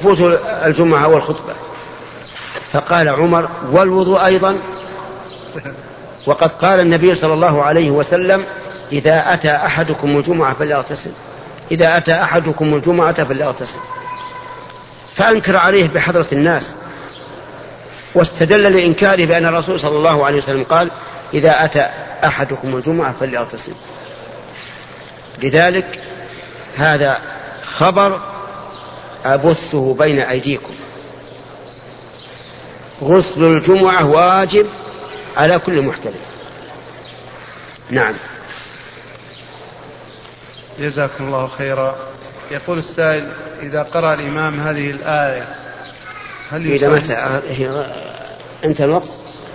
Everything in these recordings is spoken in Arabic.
فوت الجمعة والخطبة. فقال عمر: والوضوء أيضا؟ وقد قال النبي صلى الله عليه وسلم: إذا أتى أحدكم الجمعة فليغتسل، إذا أتى أحدكم الجمعة فليغتسل. فأنكر عليه بحضرة الناس، واستدل لإنكاره بأن الرسول صلى الله عليه وسلم قال: إذا أتى أحدكم الجمعة فليغتسل. لذلك هذا خبر أبثه بين أيديكم: غسل الجمعة واجب على كل محتلم. نعم. جزاكم الله خيرا. يقول السائل: إذا قرأ الإمام هذه الآية هل إذا متى أنت الوقت؟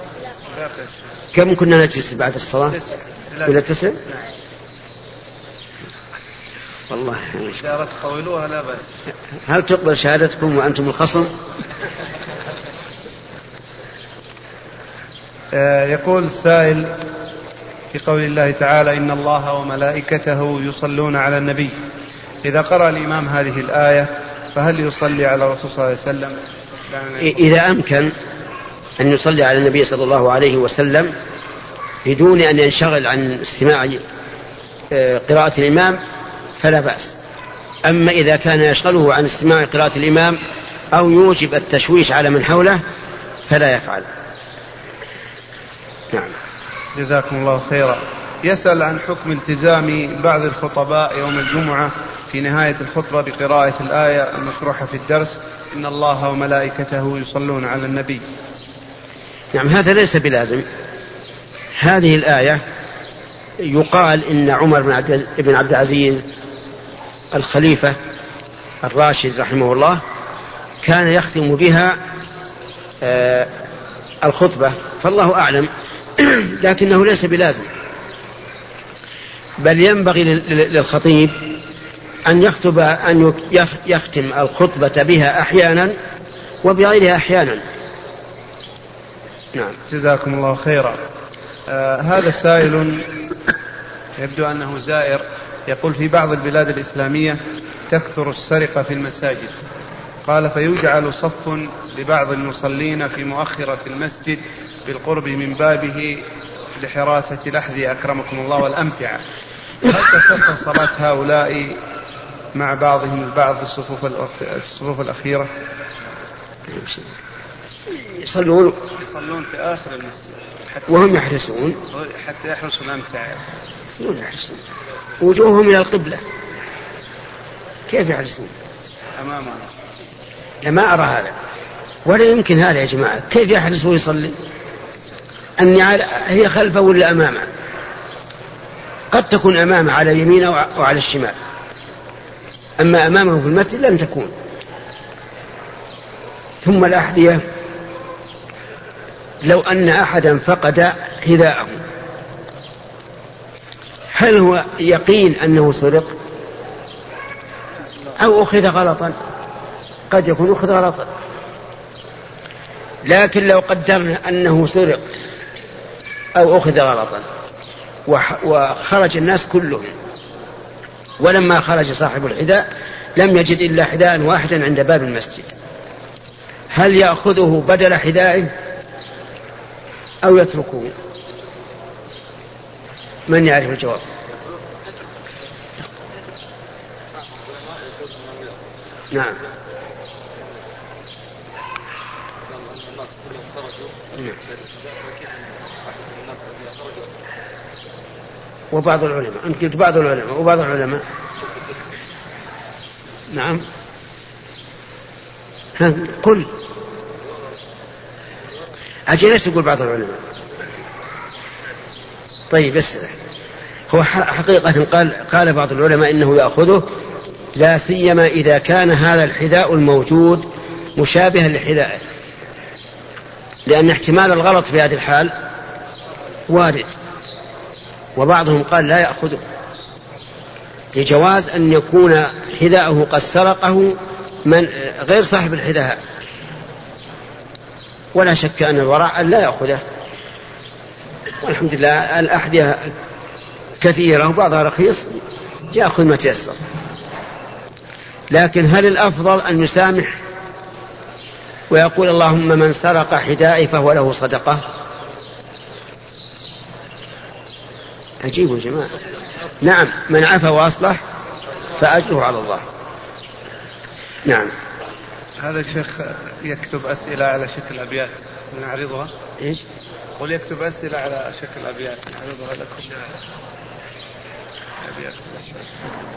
كم كنا نجلس بعد الصلاة؟ إلى 9. والله إذا أردت طولوها لا بأس. هل تقبل شهادتكم وأنتم الخصم؟ يقول السائل: في قول الله تعالى: إن الله وملائكته يصلون على النبي، إذا قرأ الإمام هذه الآية فهل يصلي على الرسول صلى الله عليه وسلم؟ إذا أمكن أن يصلي على النبي صلى الله عليه وسلم بدون أن ينشغل عن استماع قراءة الإمام فلا بأس. أما إذا كان يشغله عن استماع قراءة الإمام أو يوجب التشويش على من حوله فلا يفعل. نعم. جزاكم الله خيرا. يسأل عن حكم التزام بعض الخطباء يوم الجمعة في نهاية الخطبة بقراءة الآية المشروحة في الدرس: إن الله وملائكته يصلون على النبي. نعم، هذا ليس بلازم. هذه الآية يقال إن عمر بن عبد العزيز الخليفة الراشد رحمه الله كان يختم بها الخطبة، فالله أعلم، لكنه ليس بلازم، بل ينبغي للخطيب أن يختم الخطبة بها أحيانا وبغيرها أحيانا. نعم. جزاكم الله خيرا. هذا سائل يبدو أنه زائر، يقول: في بعض البلاد الإسلامية تكثر السرقة في المساجد، قال: فيجعل صف لبعض المصلين في مؤخرة المسجد بالقرب من بابه لحراسة الأحذية أكرمكم الله والأمتعة، هل تصح صلاة هؤلاء مع بعضهم البعض في الصفوف الأخيرة؟ يصلون في آخر المسجد وهم يحرسون حتى يحرسوا الأمتعة. يحرسون وجوههم إلى القبلة، كيف يحرسون أمامنا؟ لما أرى هذا ولا يمكن هذا يا جماعة. كيف يحرس ويصلي؟ النعال هي خلفه ولا أمامه؟ قد تكون أمامه على اليمين أو على الشمال، أما أمامه في المسجد لن تكون. ثم الأحذية، لو أن أحدا فقد حذاءه هل هو يقين أنه سرق أو أخذ غلطا؟ قد يكون أخذ غلطا، لكن لو قدرنا أنه سرق أو أخذ غلطا وخرج الناس كلهم، ولما خرج صاحب الحذاء لم يجد إلا حذاء واحدا عند باب المسجد، هل يأخذه بدل حذائه أو يتركه؟ من يعرف الجواب؟ نعم. وبعض العلماء، أنت قلت بعض العلماء وبعض العلماء. نعم. قل أجل ليش يقول بعض العلماء؟ طيب يسرح. هو حقيقة قال بعض العلماء إنه يأخذه، لا سيما إذا كان هذا الحذاء الموجود مشابها لحذائه، لأن احتمال الغلط في هذه الحال وارد. وبعضهم قال لا يأخذه لجواز أن يكون حذاءه قد سرقه من غير صاحب الحذاء، ولا شك أن الوراء أن لا يأخذه. والحمد لله الأحذية كثيرة وبعضها رخيص، يأخذ ما تيسر. لكن هل الأفضل أن يسامح ويقول اللهم من سرق حدائي فهو له صدقة. عجيب يا جماعة. نعم، من عفا وأصلح فأجره على الله. نعم. هذا الشيخ يكتب أسئلة على شكل أبيات نعرضها. إيش؟ قل يكتب أسئلة على شكل أبيات نعرضها لكم. أبيات الشيخ.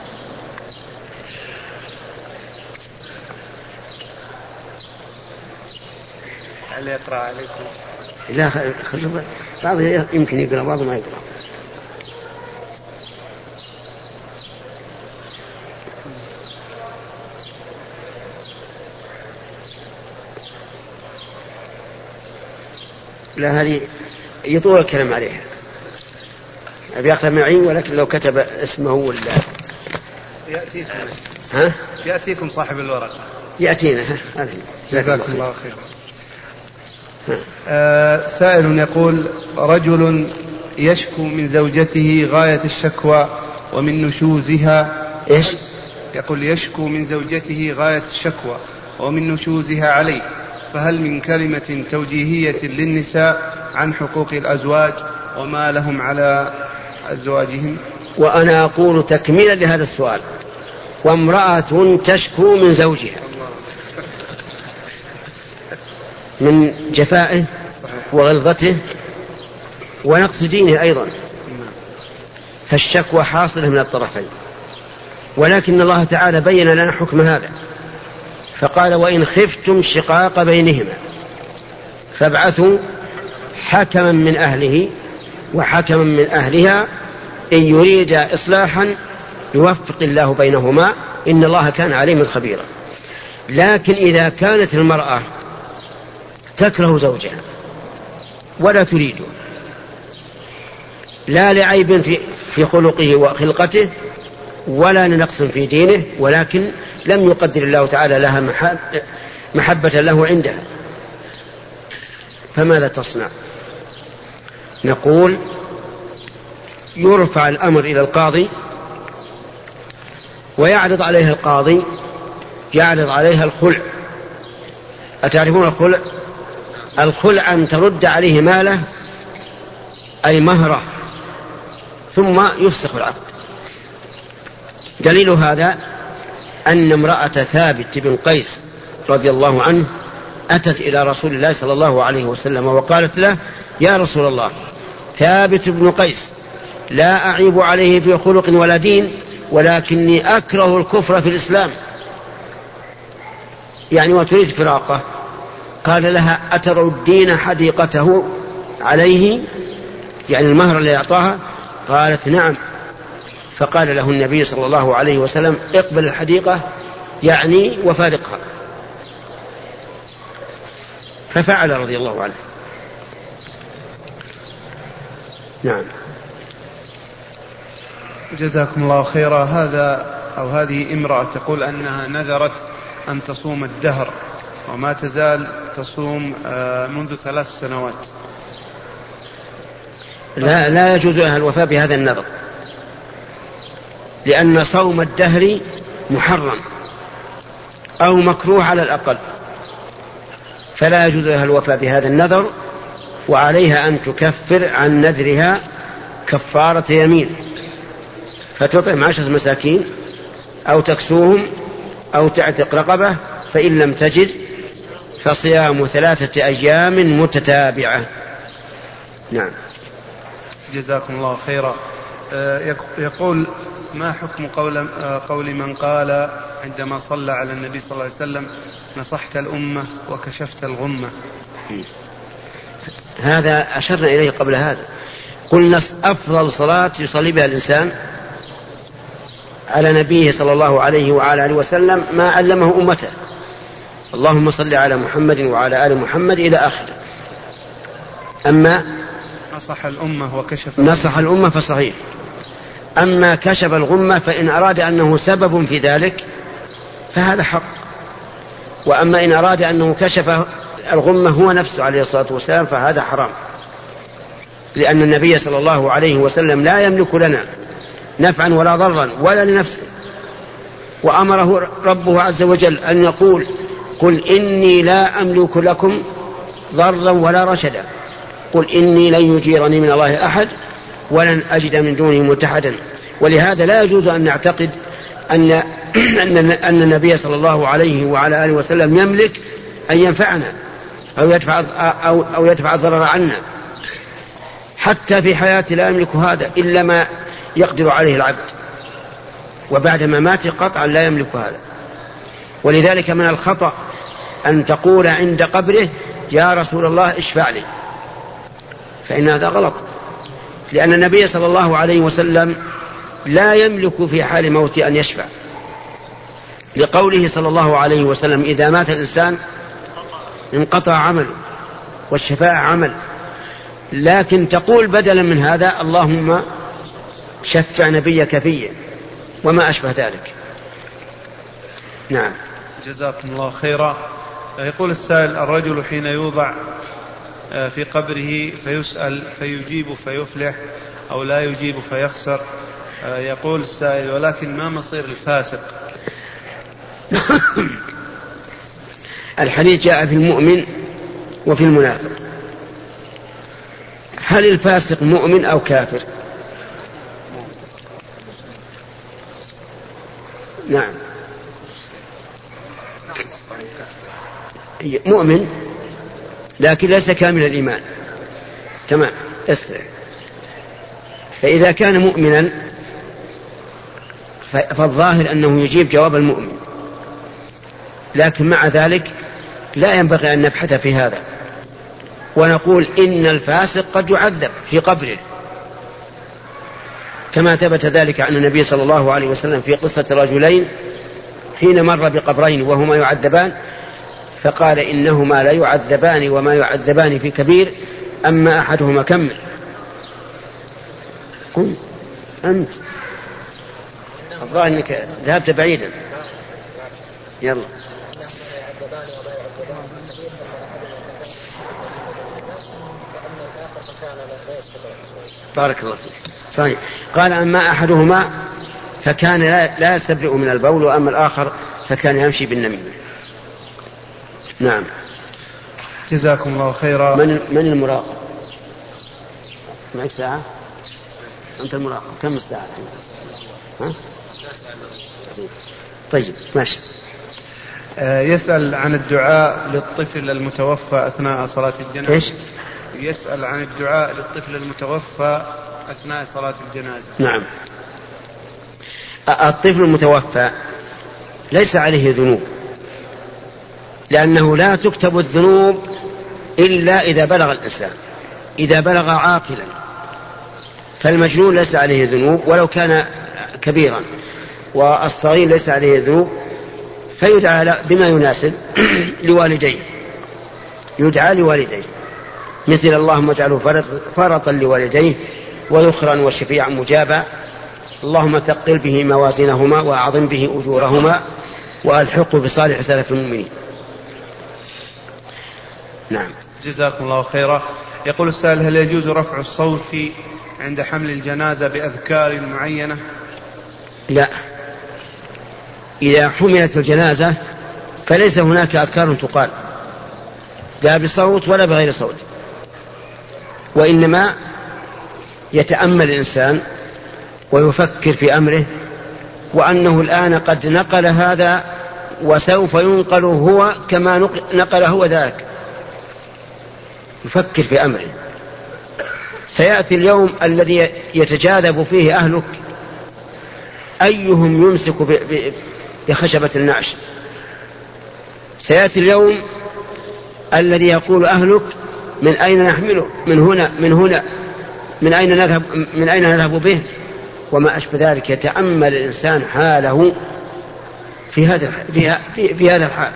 هل يقرأ عليكم؟ لا، بعض يمكن يقرأ بعض ما يقرأ. لا، هذه يطول الكلام عليها. أبي يقرأ معي، ولكن لو كتب اسمه ولا يأتيكم. ها؟ يأتيكم صاحب الورقة. يأتينا. جزاكم الله خير. سائل يقول: رجل يشكو من زوجته غاية الشكوى ومن نشوزها. إيش؟ يقول: يشكو من زوجته غاية الشكوى ومن نشوزها عليه، فهل من كلمة توجيهية للنساء عن حقوق الأزواج وما لهم على أزواجهم؟ وأنا أقول تكميلا لهذا السؤال: وامرأة تشكو من زوجها من جفائه وغلظته ونقص دينه أيضا، فالشكوى حاصلة من الطرفين، ولكن الله تعالى بين لنا حكم هذا فقال: وإن خفتم شقاق بينهما فابعثوا حكما من أهله وحكما من أهلها إن يريد إصلاحا يوفق الله بينهما إن الله كان عليما خبيرا. لكن إذا كانت المرأة تكره زوجها ولا تريده، لا لعيب في خلقه وخلقته ولا لنقص في دينه، ولكن لم يقدر الله تعالى لها محبة له عندها، فماذا تصنع؟ نقول: يرفع الأمر إلى القاضي ويعرض عليها القاضي، يعرض عليها الخلع. أتعرفون الخلع؟ الخلع أن ترد عليه ماله أي مهره ثم يفسخ العقد. دليل هذا أن امرأة ثابت بن قيس رضي الله عنه أتت إلى رسول الله صلى الله عليه وسلم وقالت له: يا رسول الله، ثابت بن قيس لا أعيب عليه في خلق ولا دين، ولكني أكره الكفر في الإسلام، يعني وتريد فراقه. قال لها: أتردين حديقته عليه، يعني المهر اللي أعطاها؟ قالت: نعم. فقال له النبي صلى الله عليه وسلم: اقبل الحديقة، يعني وفارقها. ففعل رضي الله عنه. نعم. جزاكم الله خيرا. هذه امرأة تقول أنها نذرت أن تصوم الدهر وما تزال تصوم منذ 3 سنوات. لا يجوز لها الوفاء بهذا النذر، لأن صوم الدهر محرم أو مكروه على الأقل، فلا يجوز لها الوفاء بهذا النذر، وعليها أن تكفر عن نذرها كفارة يمين، فتطعم 10 مساكين أو تكسوهم أو تعتق رقبة، فإن لم تجد فصيام 3 أيام متتابعة. نعم. جزاكم الله خيرا. يقول: ما حكم قول من قال عندما صلى على النبي صلى الله عليه وسلم: نصحت الأمة وكشفت الغمة؟ هذا أشرنا إليه قبل هذا، قلنا أفضل صلاة يصلي بها الإنسان على نبيه صلى الله عليه وعلى آله وسلم ما علمه أمته: اللهم صل على محمد وعلى آل محمد إلى آخره. أما نصح الأمة نصح الأمة فصحيح. أما كشف الغمة فإن أراد أنه سبب في ذلك فهذا حق، وأما إن أراد أنه كشف الغمة هو نفسه عليه الصلاة والسلام فهذا حرام، لأن النبي صلى الله عليه وسلم لا يملك لنا نفعا ولا ضرا ولا لنفسه، وأمره ربه عز وجل أن يقول: قل إني لا أملك لكم ضرا ولا رشدا قل إني لن يجيرني من الله أحد ولن أجد من دونه ملتحدا. ولهذا لا يجوز أن نعتقد أن النبي صلى الله عليه وعلى آله وسلم يملك أن ينفعنا أو يدفع الضرر عنا. حتى في حياته لا يملك هذا إلا ما يقدر عليه العبد، وبعد مماته قطعا لا يملك هذا. ولذلك من الخطأ أن تقول عند قبره يا رسول الله اشفع لي، فإن هذا غلط، لأن النبي صلى الله عليه وسلم لا يملك في حال موته أن يشفع، لقوله صلى الله عليه وسلم إذا مات الإنسان انقطع عمله والشفاعة عمل. لكن تقول بدلا من هذا اللهم شفع نبيك فيه وما أشبه ذلك. نعم. جزاكم الله خيرا. يقول السائل الرجل حين يوضع في قبره فيسأل فيجيب فيفلح أو لا يجيب فيخسر، يقول السائل ولكن ما مصير الفاسق؟ الحديث جاء في المؤمن وفي المنافق. هل الفاسق مؤمن أو كافر؟ نعم مؤمن لكن ليس كامل الإيمان. تمام استرع. فإذا كان مؤمنا فالظاهر أنه يجيب جواب المؤمن، لكن مع ذلك لا ينبغي أن نبحث في هذا ونقول إن الفاسق قد يعذب في قبره، كما ثبت ذلك عن النبي صلى الله عليه وسلم في قصة رجلين حين مر بقبرين وهما يعذبان فقال إنهما لا يعذبان وما يعذبان في كبير أما أحدهما كمل. قم أنت الظاهر أنك ذهبت بعيدا. يلا بارك الله فيك. صحيح. قال أما أحدهما فكان لا يستبرئ من البول وأما الآخر فكان يمشي بالنميمة. نعم. جزاكم الله خيرا. من المراقب؟ معك ساعة؟ أنت المراقب كم الساعة؟ ها؟ طيب ماشي. يسأل عن الدعاء للطفل المتوفى أثناء صلاة الجنازة. إيش؟ يسأل عن الدعاء للطفل المتوفى أثناء صلاة الجنازة. نعم. الطفل المتوفى ليس عليه ذنوب، لأنه لا تكتب الذنوب إلا إذا بلغ الإنسان، إذا بلغ عاقلا. فالمجنون ليس عليه ذنوب ولو كان كبيرا، والصغير ليس عليه ذنوب، فيدعى بما يناسب لوالديه، يدعى لوالديه مثل اللهم اجعله فرطا لوالديه وذخرا وشفيعا مجابا، اللهم ثقل به موازينهما وأعظم به أجورهما وألحقه بصالح سلف المؤمنين. نعم. جزاكم الله خيرا. يقول السائل هل يجوز رفع الصوت عند حمل الجنازة بأذكار معينة؟ لا، إذا حملت الجنازة فليس هناك أذكار تقال لا بصوت ولا بغير صوت، وإنما يتأمل الإنسان ويفكر في أمره وأنه الآن قد نقل هذا وسوف ينقل هو كما نقل هو ذاك، يفكر في أمره. سيأتي اليوم الذي يتجاذب فيه أهلك أيهم يمسك بخشبة النعش، سيأتي اليوم الذي يقول أهلك من أين نحمله، من هنا من أين نذهب به، وما أشبه ذلك. يتأمل الإنسان حاله في هذا الحال،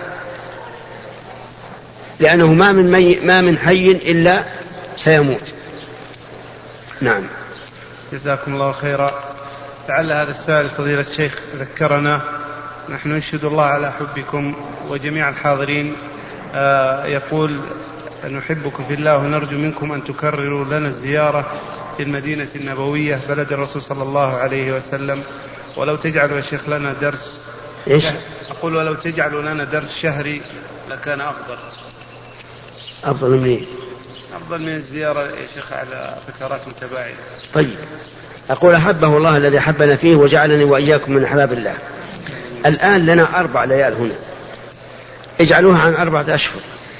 لأنه ما من حي إلا سيموت. نعم. جزاكم الله خيرا. لعل هذا السائل فضيلة الشيخ ذكرنا، نحن نشهد الله على حبكم وجميع الحاضرين. يقول نحبكم في الله ونرجو منكم أن تكرروا لنا الزيارة في المدينة النبوية بلد الرسول صلى الله عليه وسلم، ولو تجعلوا يا شيخ لنا درس إيش؟ أقول ولو تجعلوا لنا درس شهري لكان أفضل. أفضل من إيه؟ أفضل من الزيارة يا شيخ على فترات متباعدة. طيب، أقول أحبه الله الذي أحبنا فيه وجعلني وإياكم من أحباب الله. الآن لنا 4 ليال هنا، اجعلوها عن 4 أشهر.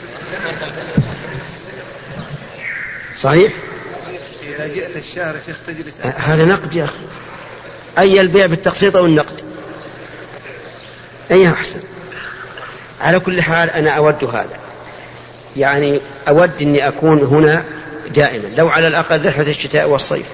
صحيح؟ إذا جئت الشهر شيخ تجلس. هذا نقد يا أخي. أي البيع بالتقسيط أو النقد؟ أيها أحسن. على كل حال أنا أود هذا، يعني أود أني أكون هنا دائما، لو على الأقل رحلة الشتاء والصيف.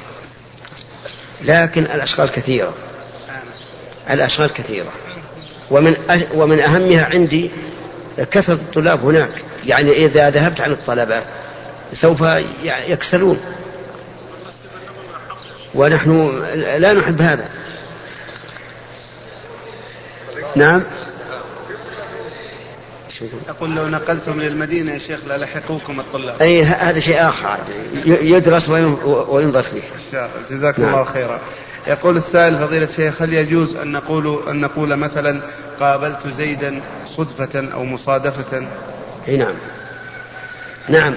لكن الأشغال كثيرة، الأشغال كثيرة، ومن أهمها عندي كثرة الطلاب هناك. يعني إذا ذهبت عن الطلبة سوف يكسلون، ونحن لا نحب هذا. نعم. أقول لو نقلتم للمدينة يا شيخ للحقوكم الطلاب. أي هذا شيء آخر يدرس وينظر فيه. جزاكم الله خيرا. يقول السائل فضيلة الشيخ هل يجوز أن نقول مثلا قابلت زيدا صدفة أو مصادفة؟ نعم نعم.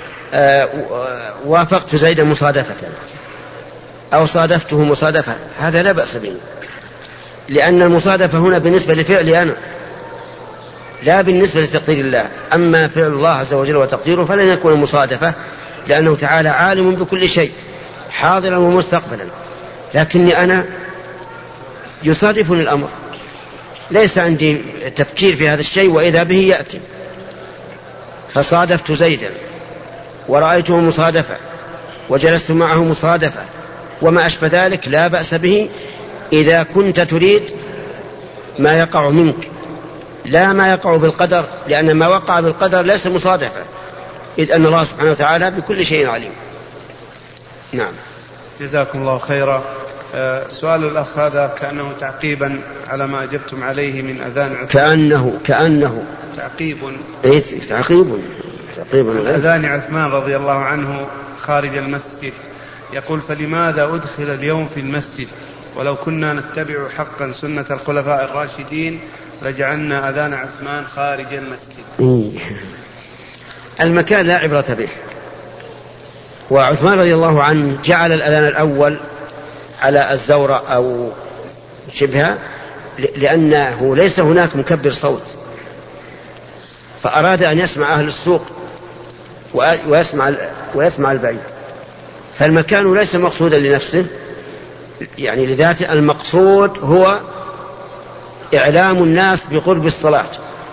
وافقت زيدا مصادفة أو صادفته مصادفة، هذا لا بأس به، لأن المصادفة هنا بالنسبة لفعلي أنا لا بالنسبة لتقدير الله. أما فعل الله عز وجل وتقديره فلن يكون مصادفة، لأنه تعالى عالم بكل شيء حاضرا ومستقبلا. لكني أنا يصادفني الأمر، ليس عندي تفكير في هذا الشيء وإذا به يأتي. فصادفت زيدا ورأيته مصادفة وجلست معه مصادفة وما أشبه ذلك، لا بأس به إذا كنت تريد ما يقع منك، لا ما يقع بالقدر، لأن ما وقع بالقدر ليس مصادفة، إذ أن الله سبحانه وتعالى بكل شيء عليم. نعم. جزاكم الله خيرا. سؤال الأخ هذا كأنه تعقيبا على ما أجبتم عليه من أذان عثمان. كأنه تعقيب. تعقيب أذان عثمان رضي الله عنه خارج المسجد. يقول فلماذا أدخل اليوم في المسجد ولو كنا نتبع حقا سنة الخلفاء الراشدين لجعلنا أذان عثمان خارج المسجد. المكان لا عبرة به، وعثمان رضي الله عنه جعل الأذان الأول على الزورة أو شبهها لأنه ليس هناك مكبر صوت، فأراد أن يسمع أهل السوق ويسمع البعيد، فالمكان ليس مقصودا لنفسه يعني لذاته، المقصود هو إعلام الناس بقرب الصلاة.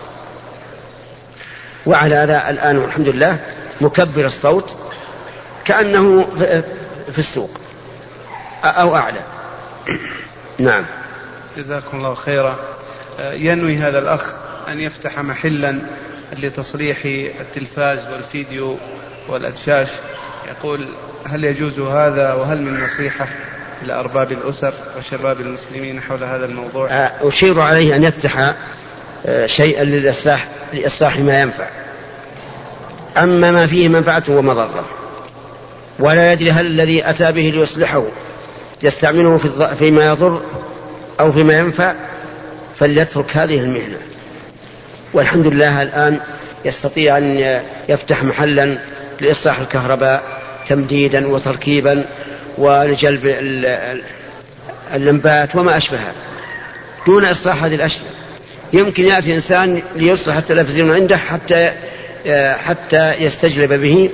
وعلى هذا الآن الحمد لله مكبر الصوت كأنه في السوق أو أعلى. نعم. جزاكم الله خيرا. ينوي هذا الأخ أن يفتح محلا لتصليح التلفاز والفيديو والأدشاش. يقول هل يجوز هذا، وهل من نصيحة إلى أرباب الأسر وشباب المسلمين حول هذا الموضوع؟ أشير عليه أن يفتح شيئا لإصلاح ما ينفع، أما ما فيه منفعة ومضرة ولا يدري هل الذي أتى به ليصلحه يستعمله فيما يضر أو فيما ينفع، فليترك هذه المهنة. والحمد لله الآن يستطيع أن يفتح محلا لإصلاح الكهرباء تمديدا وتركيبا ولجلب اللمبات وما أشبهها دون إصلاح هذه الأشياء. يمكن يأتي إنسان ليصلح التلفزيون عنده حتى يستجلب به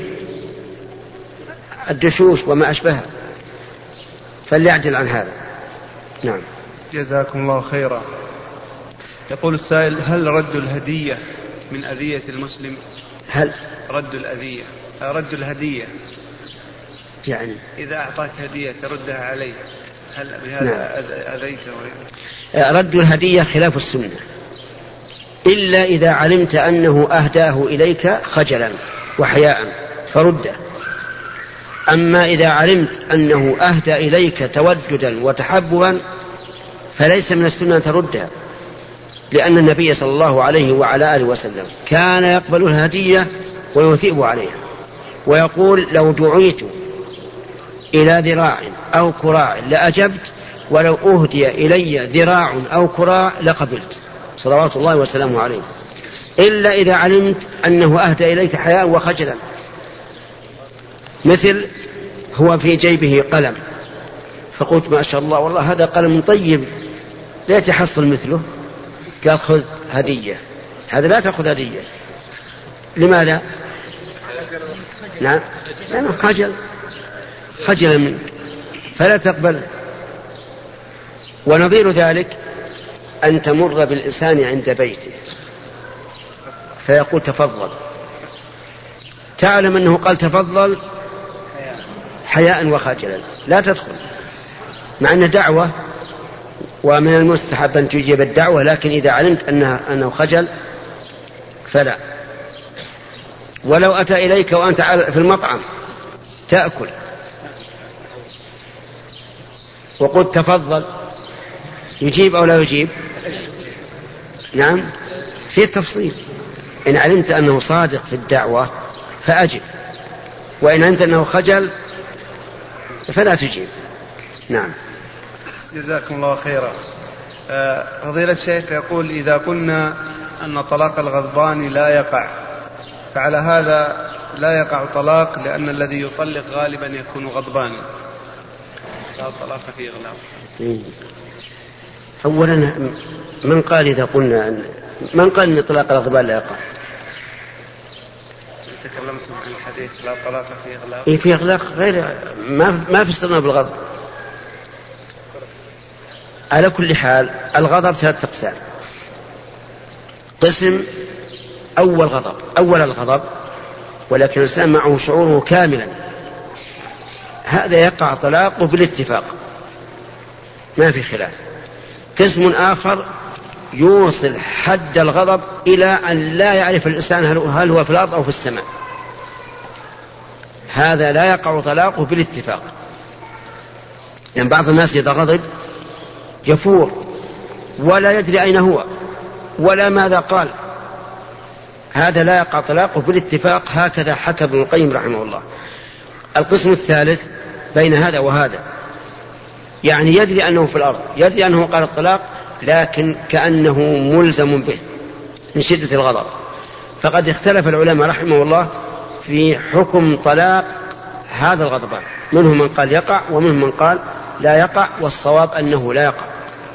الدشوش وما أشبهها، فليعدل عن هذا. نعم. جزاكم الله خيرا. يقول السائل هل رد الهدية من أذية المسلم؟ هل رد الهدية يعني إذا أعطاك هدية تردها عليه، هل بهذا أذيته؟ رد الهدية خلاف السنة، إلا إذا علمت أنه أهداه إليك خجلا وحياء فرده. أما إذا علمت أنه أهدى إليك توددا وتحببا فليس من السنة تردها، لأن النبي صلى الله عليه وعلى آله وسلم كان يقبل الهدية ويثيب عليها، ويقول لو دعيت إلى ذراع أو كراع لأجبت ولو أهدي إلي ذراع أو كراع لقبلت صلوات الله وسلامه عليه، إلا إذا علمت أنه أهدى إليك حياء وخجلا، مثل هو في جيبه قلم فقلت ما شاء الله والله هذا قلم طيب لا تحصل مثله، قال خذ هدية، هذا لا تأخذ هدية. لماذا؟ نعم لأنه خجل منك فلا تقبل. ونظير ذلك أن تمر بالإنسان عند بيته فيقول تفضل، تعلم أنه قال تفضل حياء وخجلا، لا تدخل، مع أن دعوة ومن المستحب أن تجيب الدعوة، لكن إذا علمت أنه خجل فلا. ولو أتى إليك وأنت في المطعم تأكل وقلت تفضل، يجيب أو لا يجيب؟ نعم في تفصيل، إن علمت أنه صادق في الدعوة فأجب، وإن علمت أنه خجل فلا تجيب. نعم. جزاكم الله خيرا. فضيلة الشيخ يقول إذا قلنا أن طلاق الغضبان لا يقع، فعلى هذا لا يقع طلاق لأن الذي يطلق غالبا يكون غضبانا، لا طلاق في إغلاق. أولا من قال إذا قلنا من قال أن طلاق الغضبان لا يقع؟ تكلمتم في الحديث لا طلاق في إغلاق. في إغلاق غير ما في استثناء بالغضب. على كل حال الغضب 3 أقسام. قسم أول الغضب ولكن الإنسان معه شعوره كاملا، هذا يقع طلاقه بالاتفاق ما في خلاف. قسم آخر يوصل حد الغضب إلى أن لا يعرف الإنسان هل هو في الأرض أو في السماء، هذا لا يقع طلاقه بالاتفاق. يعني بعض الناس إذا غضب يفور ولا يدري أين هو ولا ماذا قال، هذا لا يقع طلاقه بالاتفاق، هكذا حكى ابن القيم رحمه الله. القسم الثالث بين هذا وهذا، يعني يدري أنه في الأرض، يدري أنه قال الطلاق لكن كأنه ملزم به من شدة الغضب. فقد اختلف العلماء رحمه الله في حكم طلاق هذا الغضبان، منهم من قال يقع ومنهم من قال لا يقع، والصواب أنه لا يقع.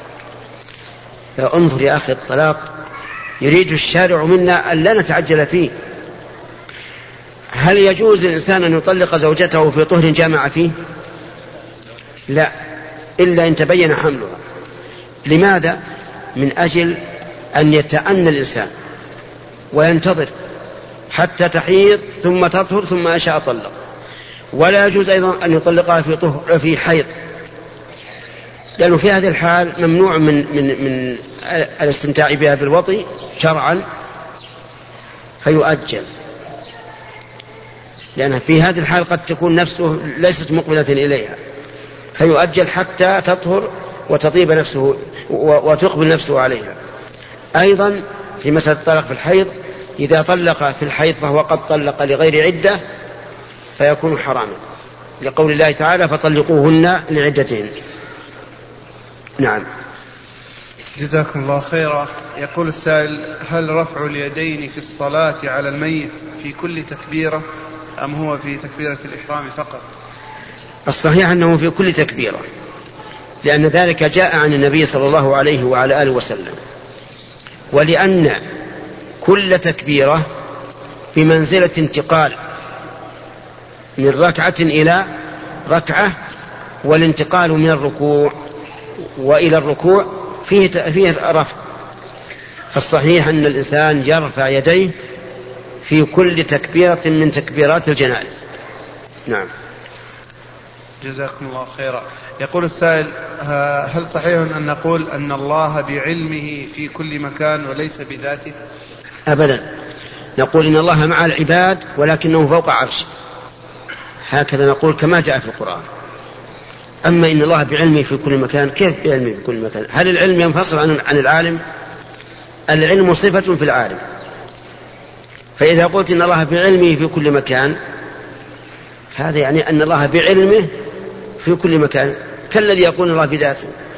فانظر يا أخي، الطلاق يريد الشارع منا أن لا نتعجل فيه. هل يجوز للإنسان أن يطلق زوجته في طهر جامع فيه؟ لا، إلا إن تبين حملها. لماذا؟ من أجل أن يتأنى الإنسان وينتظر حتى تحيض ثم تطهر ثم أشاء طلق. ولا يجوز أيضا أن يطلقها في حيض، لأنه في هذه الحال ممنوع من الاستمتاع بها بالوطي شرعا، فيؤجل، لأن في هذه الحال قد تكون نفسه ليست مقبلة إليها، فيؤجل حتى تطهر وتطيب نفسه وتقبل نفسه عليها. أيضا في مسألة الطلاق في الحيض، إذا طلق في الحيض فهو قد طلق لغير عدة فيكون حراما، لقول الله تعالى فطلقوهن لعدتهن. نعم. جزاكم الله خيرا. يقول السائل: هل رفع اليدين في الصلاة على الميت في كل تكبيرة أم هو في تكبيرة الإحرام فقط؟ الصحيح أنه في كل تكبيرة، لأن ذلك جاء عن النبي صلى الله عليه وعلى آله وسلم، ولأن كل تكبيرة بمنزلة انتقال من ركعة إلى ركعة، والانتقال من الركوع وإلى الركوع فيه رفع، فالصحيح أن الإنسان يرفع يديه في كل تكبيرة من تكبيرات الجنائز. نعم. جزاكم الله خيرا. يقول السائل: هل صحيح أن نقول أن الله بعلمه في كل مكان وليس بذاته؟ أبدا، نقول إن الله مع العباد ولكنه فوق عرشه، هكذا نقول كما جاء في القرآن. أما إن الله بعلمه في كل مكان، كيف بعلمه في كل مكان؟ هل العلم ينفصل عن العالم؟ العلم صفة في العالم، فإذا قلت إن الله بعلمه في كل مكان، هذا يعني أن الله بعلمه في كل مكان، كالذي يقول الله بذاته.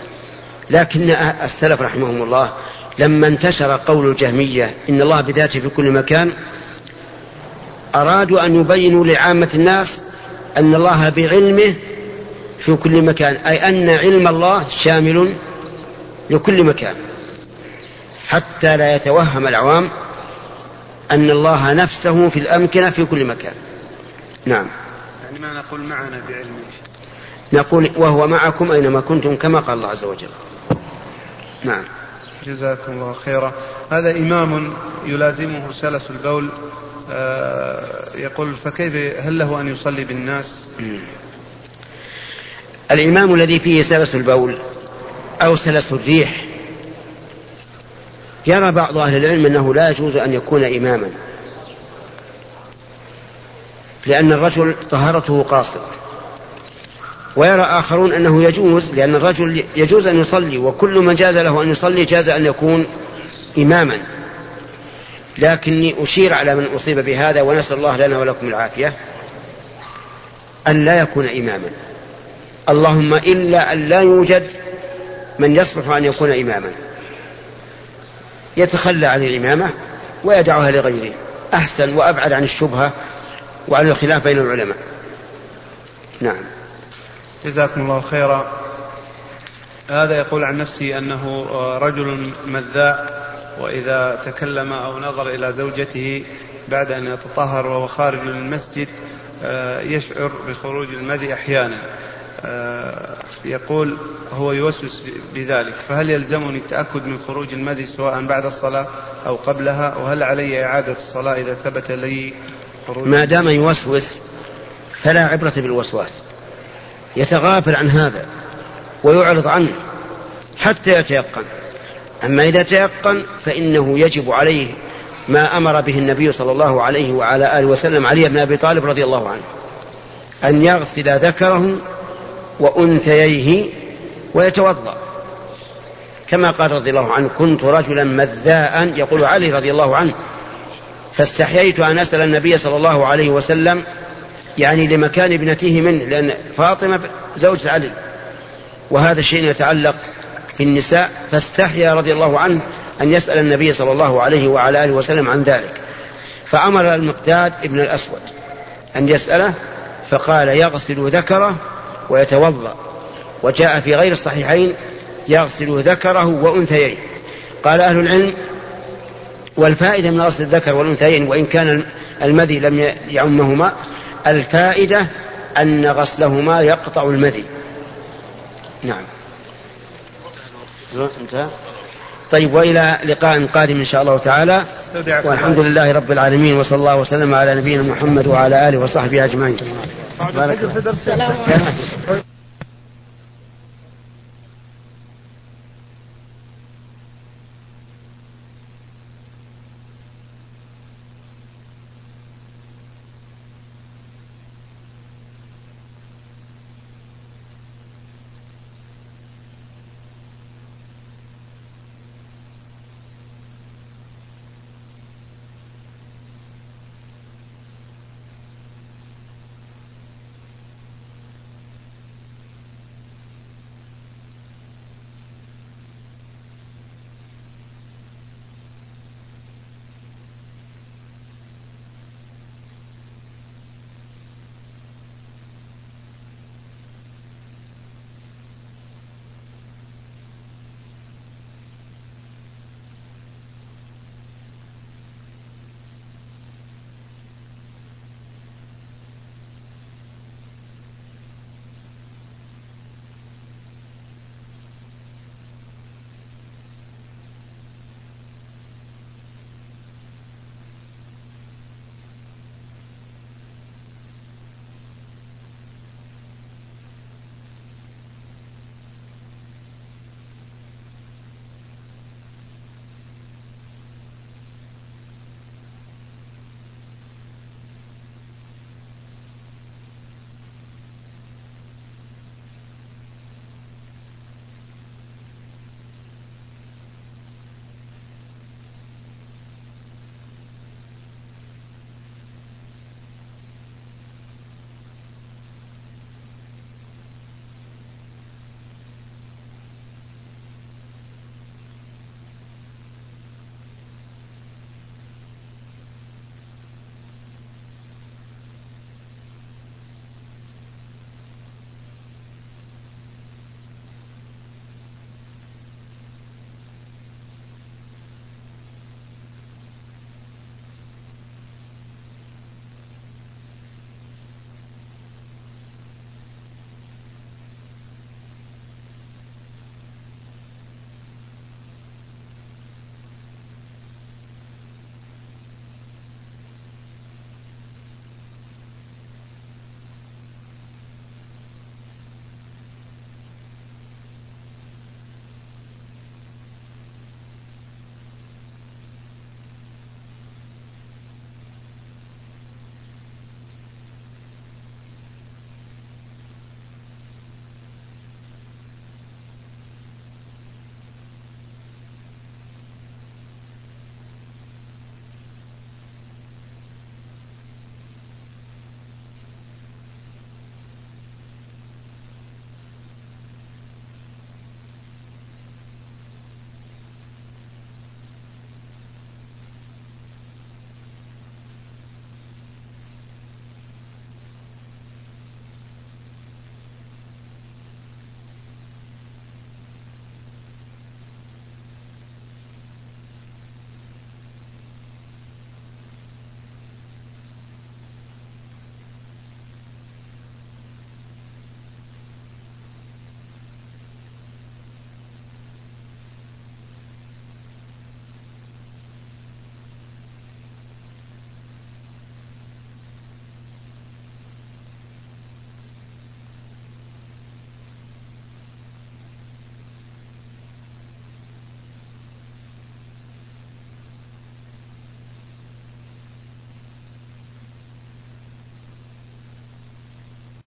لكن السلف رحمهم الله لما انتشر قول الجهمية إن الله بذاته في كل مكان أرادوا أن يبينوا لعامة الناس أن الله بعلمه في كل مكان، أي أن علم الله شامل لكل مكان، حتى لا يتوهم العوام أن الله نفسه في الأمكنة في كل مكان. نعم. يعني ما نقول معنا بعلمه، نقول وهو معكم أينما كنتم كما قال الله عز وجل. نعم. جزاكم الله خيرا. هذا إمام يلازمه سلس البول، يقول فكيف هل له أن يصلي بالناس؟ الإمام الذي فيه سلس البول أو سلس الريح يرى بعض أهل العلم أنه لا يجوز أن يكون إماما، لأن الرجل طهارته قاصرة، ويرى آخرون أنه يجوز، لأن الرجل يجوز أن يصلي، وكل من جاز له أن يصلي جاز أن يكون إماما. لكني أشير على من أصيب بهذا، ونسأل الله لنا ولكم العافية، أن لا يكون إماما، اللهم إلا أن لا يوجد من يصلح أن يكون إماما، يتخلى عن الإمامة ويدعوها لغيره، أحسن وأبعد عن الشبهة وعن الخلاف بين العلماء. نعم. جزاكم الله خيرا. هذا يقول عن نفسه أنه رجل مذاء، وإذا تكلم أو نظر إلى زوجته بعد أن يتطهر وهو خارج المسجد يشعر بخروج المذي أحيانا، يقول هو يوسوس بذلك، فهل يلزمني التأكد من خروج المذي سواء بعد الصلاة أو قبلها؟ وهل علي إعادة الصلاة إذا ثبت لي خروج؟ ما دام يوسوس فلا عبرة بالوسواس، يتغافل عن هذا ويعرض عنه حتى يتيقن. أما إذا تيقن فإنه يجب عليه ما أمر به النبي صلى الله عليه وعلى آله وسلم علي بن أبي طالب رضي الله عنه، أن يغسل ذكره وأنثييه ويتوضأ، كما قال رضي الله عنه كنت رجلا مذاء، يقول علي رضي الله عنه، فاستحييت أن أسأل النبي صلى الله عليه وسلم، يعني لمكان ابنته منه، لأن فاطمة زوج علي، وهذا الشيء يتعلق بالنساء، فاستحيا رضي الله عنه أن يسأل النبي صلى الله عليه وعلى آله وسلم عن ذلك، فأمر المقداد ابن الأسود أن يسأله، فقال يغسل ذكره ويتوضأ، وجاء في غير الصحيحين يغسل ذكره وأنثيين. قال أهل العلم والفائدة من غسل الذكر والأنثيين وإن كان المذي لم يعمهما، الفائدة أن غسلهما يقطع المذي. نعم. انتهى. طيب، وإلى لقاء قادم إن شاء الله تعالى، والحمد لله رب العالمين، وصلى الله وسلم على نبينا محمد وعلى آله وصحبه أجمعين.